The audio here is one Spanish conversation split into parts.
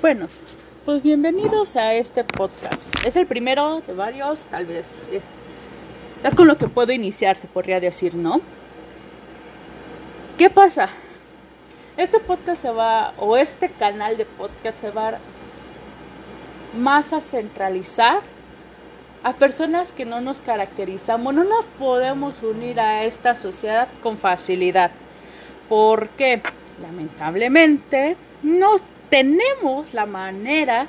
Bueno, pues bienvenidos a este podcast. Es el primero de varios, tal vez. Es con lo que puedo iniciar, se podría decir, ¿no? ¿Qué pasa? Este podcast este canal de podcast se va más a centralizar a personas que no nos caracterizamos, no nos podemos unir a esta sociedad con facilidad, porque lamentablemente no tenemos la manera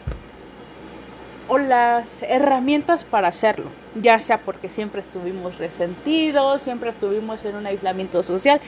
o las herramientas para hacerlo, ya sea porque siempre estuvimos resentidos, siempre estuvimos en un aislamiento social,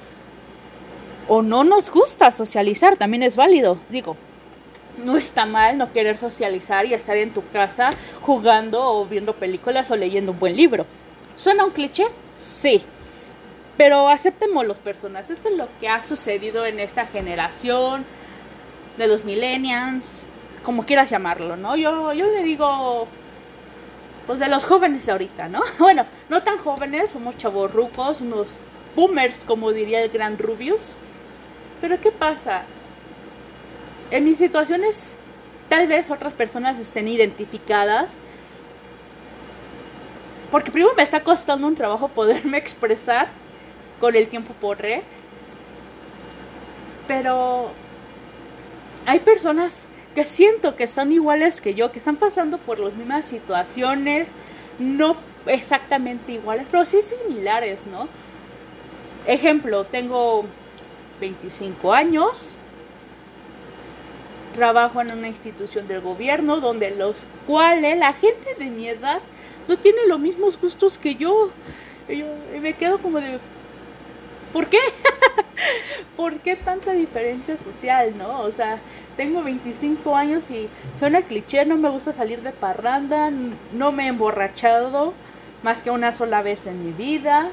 o no nos gusta socializar, también es válido, digo. No está mal no querer socializar y estar en tu casa jugando o viendo películas o leyendo un buen libro. ¿Suena un cliché? Sí. Pero aceptemos los personas. Esto es lo que ha sucedido en esta generación de los millennials, como quieras llamarlo, ¿no? Yo le digo, pues de los jóvenes de ahorita, ¿no? Bueno, no tan jóvenes, somos chavorrucos, unos boomers, como diría el gran Rubius. Pero ¿qué pasa? En mis situaciones, tal vez otras personas estén identificadas, porque primero me está costando un trabajo poderme expresar con el tiempo porre, pero hay personas que siento que son iguales que yo, que están pasando por las mismas situaciones, no exactamente iguales, pero sí similares, ¿no? Ejemplo, tengo 25 años, trabajo en una institución del gobierno donde los cuales la gente de mi edad no tiene los mismos gustos que yo. Y me quedo como de, ¿por qué? ¿Por qué tanta diferencia social, no? O sea, tengo 25 años y suena cliché, no me gusta salir de parranda, no me he emborrachado más que una sola vez en mi vida.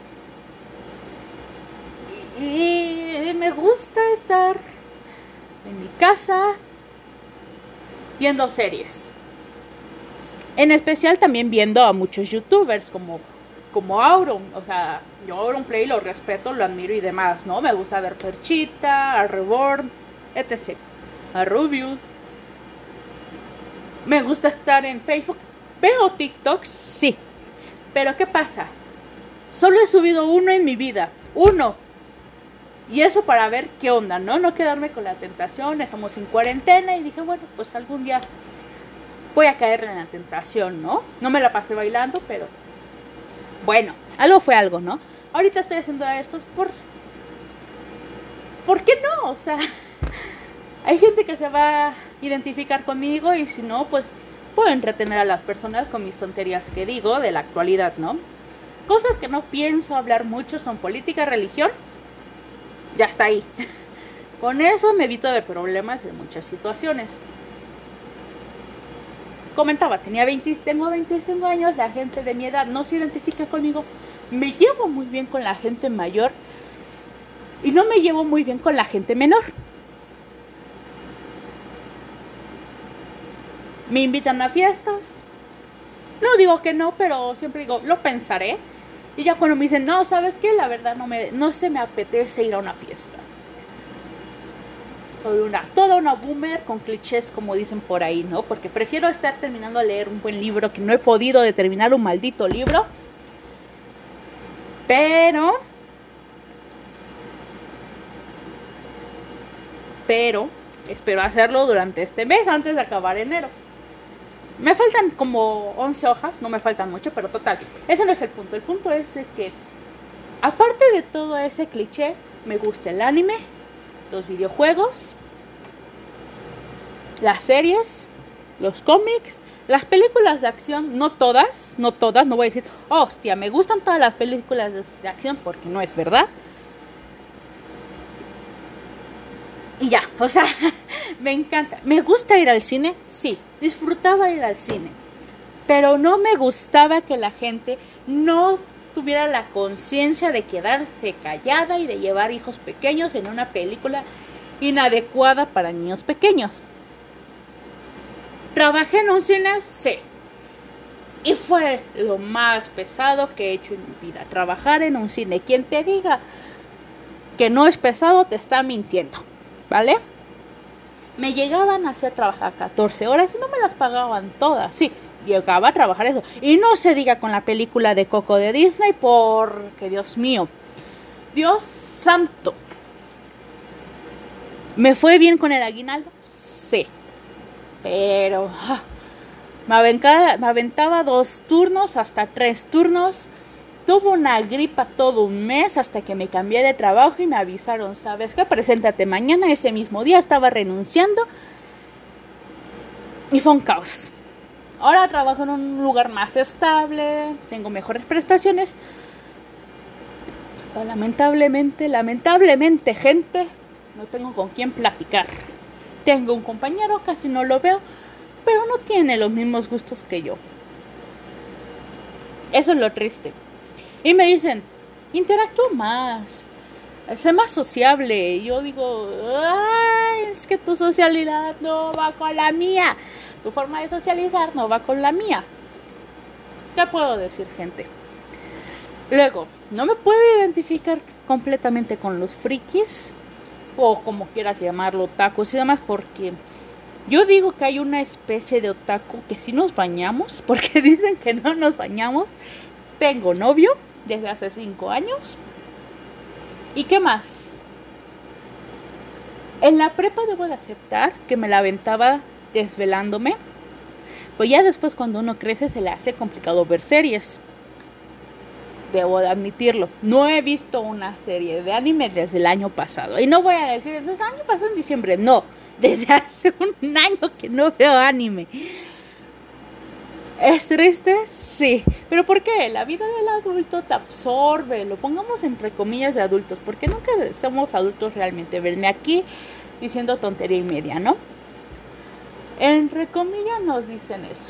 Y me gusta estar en mi casa viendo series. En especial también viendo a muchos youtubers como Auron. O sea, yo Auron Play lo respeto, lo admiro y demás, ¿no? Me gusta ver Perchita, a Reborn, etc. A Rubius. Me gusta estar en Facebook. ¿Veo TikToks? Sí. Pero ¿qué pasa? Solo he subido uno en mi vida. Uno. Y eso para ver qué onda, ¿no? No quedarme con la tentación. Estamos en cuarentena y dije, bueno, pues algún día voy a caer en la tentación, ¿no? No me la pasé bailando, pero bueno, algo fue algo, ¿no? Ahorita estoy haciendo esto ¿por qué no? O sea, hay gente que se va a identificar conmigo y si no, pues puedo entretener a las personas con mis tonterías que digo de la actualidad, ¿no? Cosas que no pienso hablar mucho son política, religión. Ya está ahí. Con eso me evito de problemas en muchas situaciones. Comentaba, tengo 25 años, la gente de mi edad no se identifica conmigo. Me llevo muy bien con la gente mayor y no me llevo muy bien con la gente menor. Me invitan a fiestas. No digo que no, pero siempre digo, lo pensaré. Y ya cuando me dicen, no, ¿sabes qué? La verdad no se me apetece ir a una fiesta. Soy toda una boomer con clichés, como dicen por ahí, ¿no? Porque prefiero estar terminando de leer un buen libro que no he podido terminar un maldito libro. Pero espero hacerlo durante este mes, antes de acabar enero. Me faltan como 11 hojas, no me faltan mucho, pero total, ese no es el punto. El punto es que, aparte de todo ese cliché, me gusta el anime, los videojuegos, las series, los cómics, las películas de acción, no todas, no voy a decir, hostia, me gustan todas las películas de acción, porque no es verdad. Y ya, o sea, me encanta. ¿Me gusta ir al cine? Sí, disfrutaba ir al cine. Pero no me gustaba que la gente no tuviera la conciencia de quedarse callada y de llevar hijos pequeños en una película inadecuada para niños pequeños. ¿Trabajé en un cine? Sí. Y fue lo más pesado que he hecho en mi vida. Trabajar en un cine. Quien te diga que no es pesado te está mintiendo. ¿Vale? Me llegaban a hacer trabajar 14 horas y no me las pagaban todas. Sí, llegaba a trabajar eso. Y no se diga con la película de Coco de Disney, porque Dios mío, Dios santo. ¿Me fue bien con el aguinaldo? Sí. Pero me aventaba 2 turnos, hasta 3 turnos. Tuve una gripa todo un mes hasta que me cambié de trabajo y me avisaron, ¿sabes qué? Preséntate mañana. Ese mismo día estaba renunciando y fue un caos. Ahora trabajo en un lugar más estable, tengo mejores prestaciones. Pero lamentablemente, gente, no tengo con quién platicar. Tengo un compañero, casi no lo veo, pero no tiene los mismos gustos que yo. Eso es lo triste. Y me dicen, interactúa más, sé más sociable. Y yo digo, ay, es que tu socialidad no va con la mía. Tu forma de socializar no va con la mía. ¿Qué puedo decir, gente? Luego, no me puedo identificar completamente con los frikis, o como quieras llamarlo, otakus y demás, porque yo digo que hay una especie de otaku que sí nos bañamos, porque dicen que no nos bañamos. Tengo novio desde hace 5 años. ¿Y qué más? En la prepa debo de aceptar que me la aventaba desvelándome. Pues ya después, cuando uno crece, se le hace complicado ver series. Debo de admitirlo. No he visto una serie de anime desde el año pasado. Y no voy a decir, desde el año pasado en diciembre. No, desde hace un año que no veo anime. ¿Es triste? Sí. ¿Pero por qué? La vida del adulto te absorbe. Lo pongamos entre comillas de adultos, porque nunca somos adultos realmente. Verme aquí diciendo tontería y media, ¿no? Entre comillas nos dicen eso.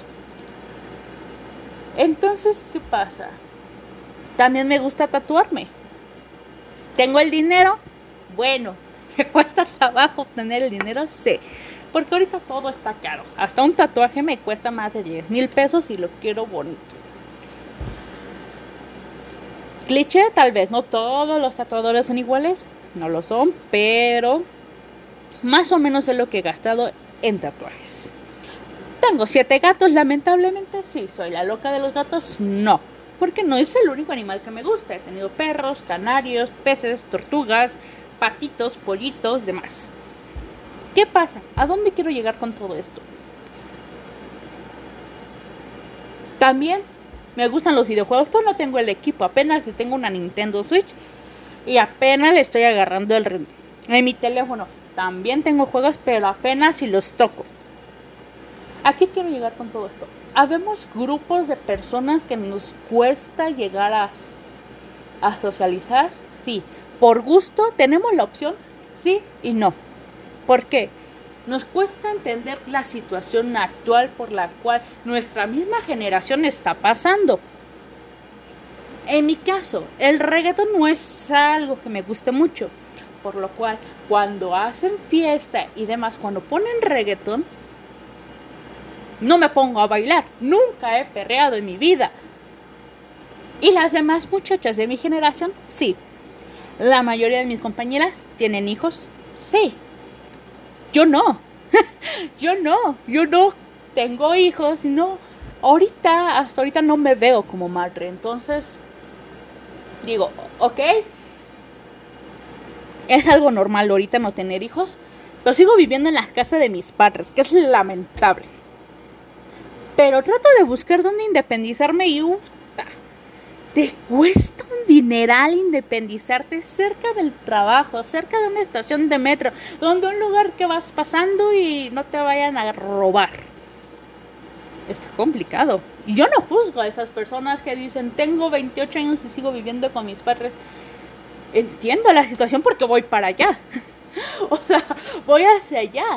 Entonces, ¿qué pasa? También me gusta tatuarme. ¿Tengo el dinero? Bueno, ¿me cuesta trabajo obtener el dinero? Sí. Porque ahorita todo está caro. Hasta un tatuaje me cuesta más de 10,000 pesos y lo quiero bonito. Cliché, tal vez. No todos los tatuadores son iguales. No lo son. Pero más o menos es lo que he gastado en tatuajes. Tengo 7 gatos, lamentablemente. Sí. ¿Soy la loca de los gatos? No. Porque no es el único animal que me gusta. He tenido perros, canarios, peces, tortugas, patitos, pollitos, demás. ¿Qué pasa? ¿A dónde quiero llegar con todo esto? También me gustan los videojuegos, pues no tengo el equipo. Apenas tengo una Nintendo Switch y apenas le estoy agarrando el ritmo. En mi teléfono también tengo juegos, pero apenas si los toco. ¿A qué quiero llegar con todo esto? Habemos grupos de personas que nos cuesta llegar a socializar. Sí. Por gusto tenemos la opción sí y no. ¿Por qué? Nos cuesta entender la situación actual por la cual nuestra misma generación está pasando. En mi caso, el reggaetón no es algo que me guste mucho, por lo cual cuando hacen fiesta y demás, cuando ponen reggaetón, no me pongo a bailar. Nunca he perreado en mi vida. Y las demás muchachas de mi generación, sí. La mayoría de mis compañeras tienen hijos, sí. Yo no. Yo no tengo hijos, no. Hasta ahorita no me veo como madre. Entonces, digo, ok. Es algo normal ahorita no tener hijos. Pero sigo viviendo en la casa de mis padres, que es lamentable. Pero trato de buscar dónde independizarme y te cuesta un dineral independizarte cerca del trabajo, cerca de una estación de metro, donde un lugar que vas pasando y no te vayan a robar. Está complicado. Y yo no juzgo a esas personas que dicen, tengo 28 años y sigo viviendo con mis padres. Entiendo la situación porque voy para allá. O sea, voy hacia allá.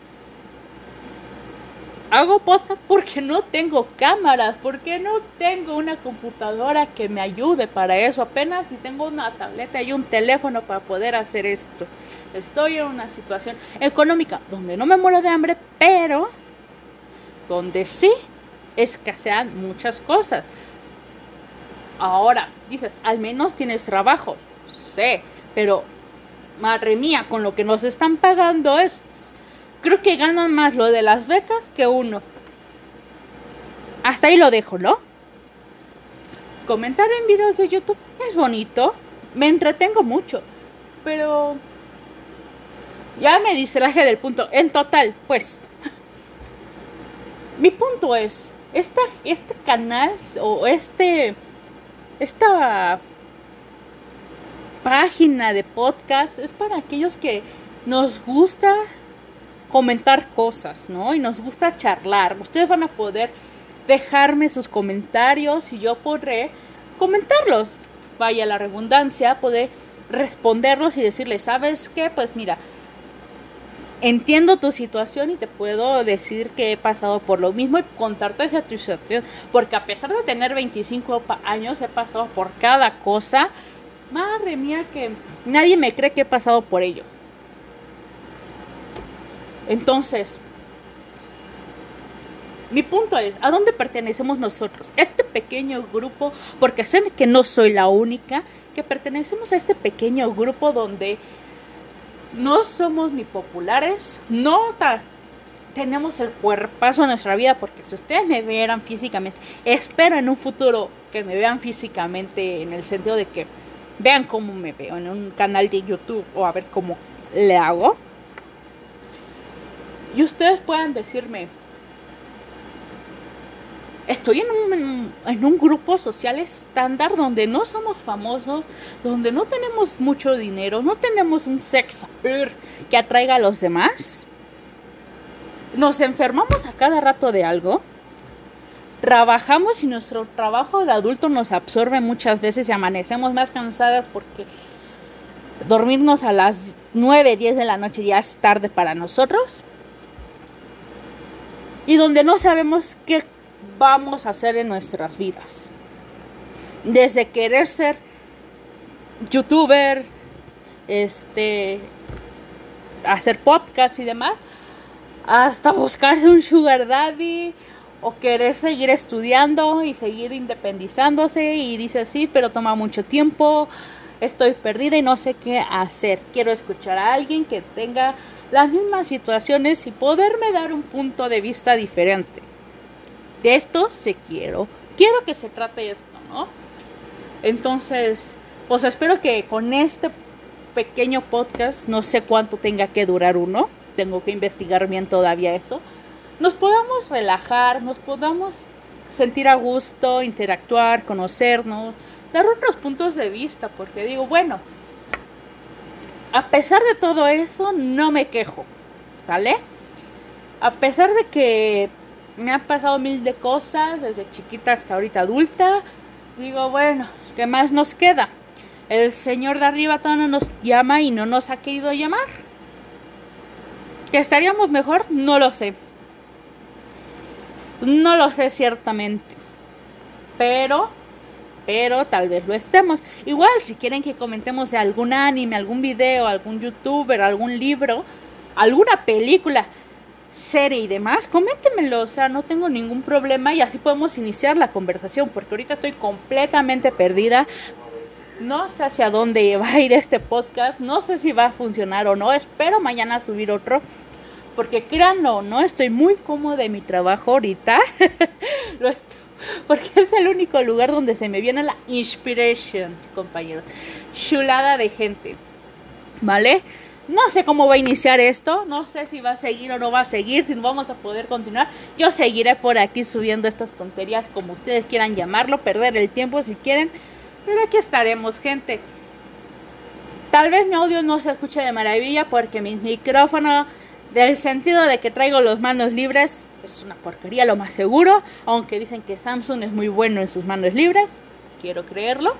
Hago podcast porque no tengo cámaras, porque no tengo una computadora que me ayude para eso. Apenas si tengo una tableta y un teléfono para poder hacer esto. Estoy en una situación económica donde no me muero de hambre, pero donde sí escasean muchas cosas. Ahora, dices, al menos tienes trabajo. Sí, pero madre mía, con lo que nos están pagando es creo que ganan más lo de las becas que uno. Hasta ahí lo dejo, ¿no? Comentar en videos de YouTube es bonito, me entretengo mucho, pero ya me distraje del punto. En total, pues, mi punto es, este canal o esta página de podcast es para aquellos que nos gusta comentar cosas, ¿no? Y nos gusta charlar. Ustedes van a poder dejarme sus comentarios y yo podré comentarlos. Vaya la redundancia, poder responderlos y decirles, ¿sabes qué? Pues mira, entiendo tu situación y te puedo decir que he pasado por lo mismo y contarte esa situación, porque a pesar de tener 25 años he pasado por cada cosa. Madre mía, que nadie me cree que he pasado por ello. Entonces, mi punto es, ¿a dónde pertenecemos nosotros? Este pequeño grupo, porque sé que no soy la única, que pertenecemos a este pequeño grupo donde no somos ni populares, no tenemos el cuerpazo en nuestra vida, porque si ustedes me vieran físicamente, espero en un futuro que me vean físicamente en el sentido de que vean cómo me veo en un canal de YouTube o a ver cómo le hago. Y ustedes puedan decirme, estoy en un grupo social estándar donde no somos famosos, donde no tenemos mucho dinero, no tenemos un sex appeal que atraiga a los demás. Nos enfermamos a cada rato de algo. Trabajamos y nuestro trabajo de adulto nos absorbe muchas veces y amanecemos más cansadas porque dormirnos a las 9, 10 de la noche ya es tarde para nosotros. Y donde no sabemos qué vamos a hacer en nuestras vidas. Desde querer ser youtuber, hacer podcast y demás, hasta buscarse un sugar daddy o querer seguir estudiando y seguir independizándose y dice sí, pero toma mucho tiempo, estoy perdida y no sé qué hacer. Quiero escuchar a alguien que tenga las mismas situaciones y poderme dar un punto de vista diferente. De esto quiero que se trate esto, ¿no? Entonces, pues espero que con este pequeño podcast, no sé cuánto tenga que durar uno, tengo que investigar bien todavía eso, nos podamos relajar, nos podamos sentir a gusto, interactuar, conocernos, dar otros puntos de vista, porque digo, bueno, a pesar de todo eso, no me quejo, ¿vale? A pesar de que me han pasado mil de cosas, desde chiquita hasta ahorita adulta, digo, bueno, ¿qué más nos queda? El señor de arriba todavía no nos llama y no nos ha querido llamar. ¿Que estaríamos mejor? No lo sé. No lo sé ciertamente. Pero tal vez lo estemos. Igual, si quieren que comentemos de algún anime, algún video, algún youtuber, algún libro, alguna película, serie y demás, coméntenmelo, o sea, no tengo ningún problema y así podemos iniciar la conversación, porque ahorita estoy completamente perdida, no sé hacia dónde va a ir este podcast, no sé si va a funcionar o no, espero mañana subir otro, porque créanlo, no estoy muy cómoda en mi trabajo ahorita, porque es el único lugar donde se me viene la inspiration, compañeros, chulada de gente, ¿vale? No sé cómo va a iniciar esto, no sé si va a seguir o no va a seguir, si no vamos a poder continuar. Yo seguiré por aquí subiendo estas tonterías, como ustedes quieran llamarlo, perder el tiempo si quieren, pero aquí estaremos, gente. Tal vez mi audio no se escuche de maravilla porque mi micrófono, del sentido de que traigo las manos libres, es una porquería, lo más seguro, aunque dicen que Samsung es muy bueno en sus manos libres, quiero creerlo,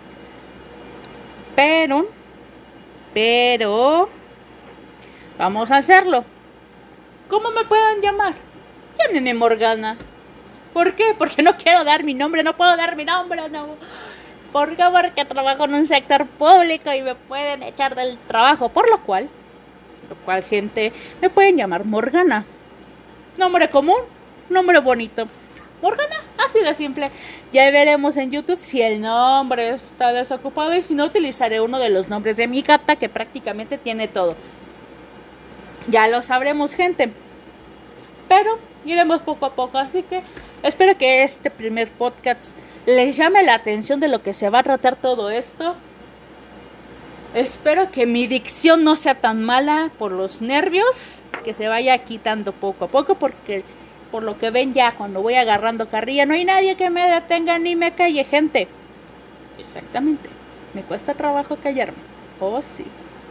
pero vamos a hacerlo. ¿Cómo me pueden llamar? Llámeme Morgana. ¿Por qué? Porque no quiero dar mi nombre, no puedo dar mi nombre, no. ¿Por qué? Porque trabajo en un sector público y me pueden echar del trabajo, por lo cual, gente, me pueden llamar Morgana. Nombre común, nombre bonito. Morgana, así de simple. Ya veremos en YouTube si el nombre está desocupado y si no utilizaré uno de los nombres de mi gata que prácticamente tiene todo. Ya lo sabremos, gente. Pero iremos poco a poco. Así que espero que este primer podcast les llame la atención de lo que se va a tratar todo esto. Espero que mi dicción no sea tan mala por los nervios, que se vaya quitando poco a poco, porque por lo que ven ya cuando voy agarrando carrilla no hay nadie que me detenga ni me calle, gente. Exactamente, me cuesta trabajo callarme. Oh, sí.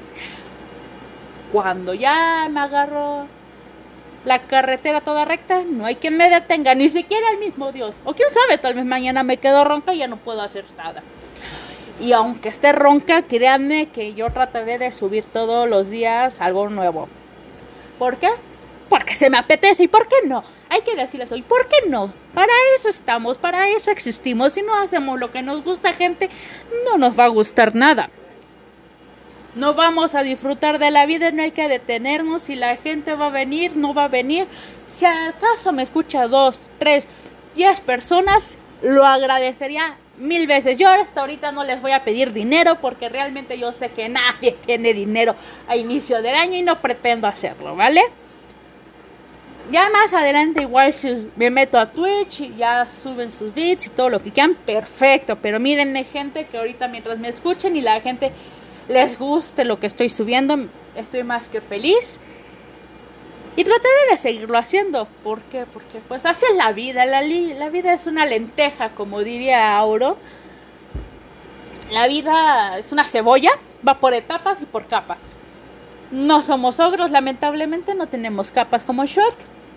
Cuando ya me agarro la carretera toda recta, no hay quien me detenga, ni siquiera el mismo Dios. O quién sabe, tal vez mañana me quedo ronca y ya no puedo hacer nada. Y aunque esté ronca, créanme que yo trataré de subir todos los días algo nuevo. ¿Por qué? Porque se me apetece. ¿Y por qué no? Hay que decirles hoy, ¿por qué no? Para eso estamos, para eso existimos. Si no hacemos lo que nos gusta, gente, no nos va a gustar nada. No vamos a disfrutar de la vida, no hay que detenernos. Si la gente va a venir, no va a venir. Si acaso me escucha 2, 3, 10 personas, lo agradecería 1000 veces. Yo hasta ahorita no les voy a pedir dinero porque realmente yo sé que nadie tiene dinero a inicio del año y no pretendo hacerlo, ¿vale? Ya más adelante igual si me meto a Twitch y ya suben sus beats y todo lo que quieran, perfecto. Pero mírenme, gente, que ahorita mientras me escuchen y la gente les guste lo que estoy subiendo, estoy más que feliz. Y trataré de seguirlo haciendo. ¿Por qué? Porque pues así es la vida. La vida es una lenteja, como diría Auro. La vida es una cebolla, va por etapas y por capas. No somos ogros, lamentablemente no tenemos capas como Shrek.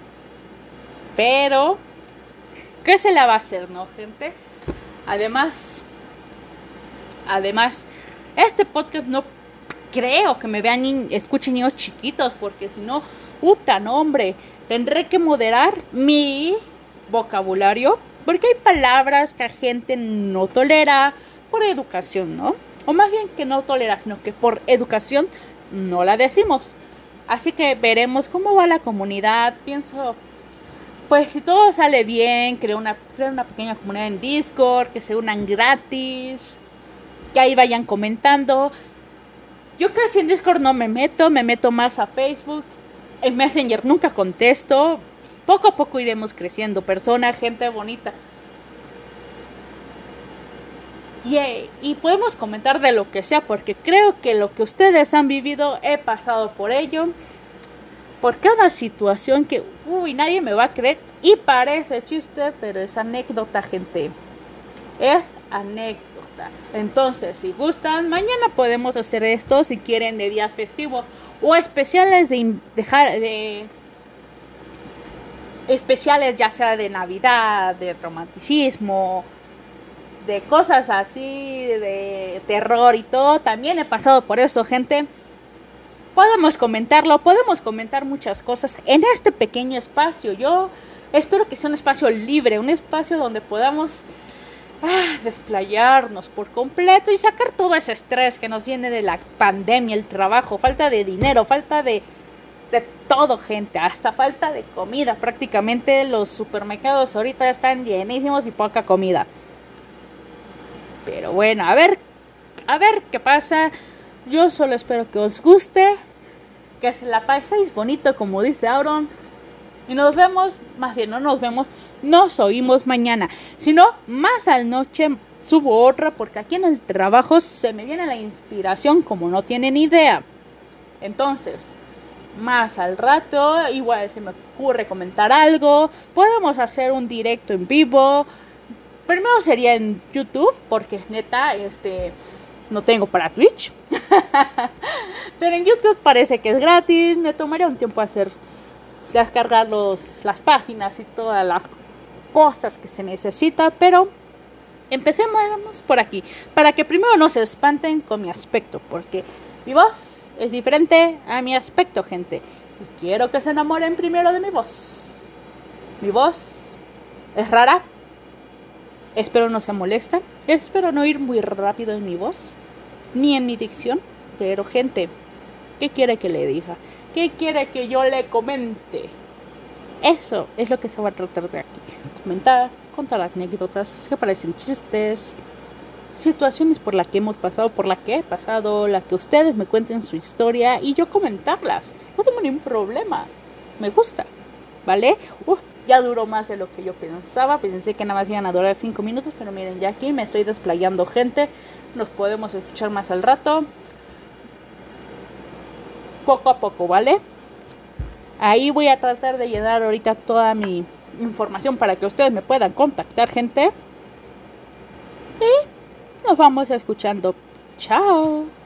Pero, ¿qué se la va a hacer, no, gente? Además, este podcast no creo que me vean ni escuchen niños chiquitos, porque si no, puta, no, hombre, tendré que moderar mi vocabulario, porque hay palabras que la gente no tolera por educación, ¿no? O más bien que no tolera, sino que por educación no la decimos. Así que veremos cómo va la comunidad. Pienso, pues si todo sale bien, creo una pequeña comunidad en Discord, que se unan gratis, que ahí vayan comentando. Yo casi en Discord no me meto más a Facebook. En Messenger nunca contesto. Poco a poco iremos creciendo, persona, gente bonita. Y podemos comentar de lo que sea, porque creo que lo que ustedes han vivido, he pasado por ello. Por cada situación que, nadie me va a creer. Y parece chiste, pero es anécdota, gente. Es anécdota. Entonces, si gustan, mañana podemos hacer esto, si quieren, de días festivos o especiales especiales, ya sea de Navidad, de romanticismo, de cosas así, de terror y todo. También he pasado por eso, gente. Podemos comentarlo, podemos comentar muchas cosas en este pequeño espacio. Yo espero que sea un espacio libre, un espacio donde podamos desplayarnos por completo y sacar todo ese estrés que nos viene de la pandemia, el trabajo, falta de dinero, falta de todo, gente, hasta falta de comida. Prácticamente los supermercados ahorita están llenísimos y poca comida. Pero bueno, a ver qué pasa. Yo solo espero que os guste, que se la paséis bonito, como dice Auron. Y nos vemos, más bien no nos vemos, nos oímos mañana. Si no, más al noche subo otra, porque aquí en el trabajo se me viene la inspiración como no tienen idea. Entonces, más al rato, igual se me ocurre comentar algo. Podemos hacer un directo en vivo. Primero sería en YouTube, porque neta, no tengo para Twitch. Pero en YouTube parece que es gratis. Me tomaría un tiempo descargar las páginas y todas las cosas que se necesita. Pero empecemos por aquí, para que primero no se espanten con mi aspecto, porque mi voz es diferente a mi aspecto, gente. Y quiero que se enamoren primero de mi voz. Mi voz es rara. Espero no se molesta. Espero no ir muy rápido en mi voz, ni en mi dicción. Pero, gente, ¿qué quiere que le diga? ¿Qué quiere que yo le comente? Eso es lo que se va a tratar de aquí. Comentar, contar anécdotas que parecen chistes, situaciones por las que hemos pasado, por las que he pasado, la que ustedes me cuenten su historia y yo comentarlas. No tengo ningún problema. Me gusta. ¿Vale? Ya duró más de lo que yo pensaba. Pensé que nada más iban a durar 5 minutos. Pero miren, ya aquí me estoy desplayando, gente. Nos podemos escuchar más al rato. Poco a poco, ¿vale? Ahí voy a tratar de llenar ahorita toda mi información para que ustedes me puedan contactar, gente. Y nos vamos escuchando. Chao.